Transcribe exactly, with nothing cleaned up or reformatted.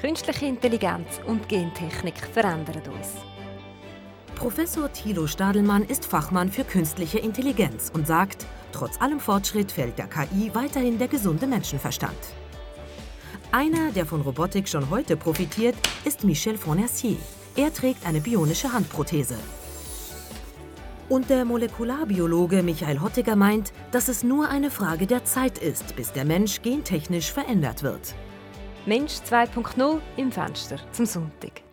Künstliche Intelligenz und Gentechnik verändern uns. Professor Thilo Stadelmann ist Fachmann für künstliche Intelligenz und sagt, trotz allem Fortschritt fehlt der K I weiterhin der gesunde Menschenverstand. Einer, der von Robotik schon heute profitiert, ist Michel Fournacier. Er trägt eine bionische Handprothese. Und der Molekularbiologe Michael Hottiger meint, dass es nur eine Frage der Zeit ist, bis der Mensch gentechnisch verändert wird. Mensch zwei Punkt null im Fenster zum Sonntag.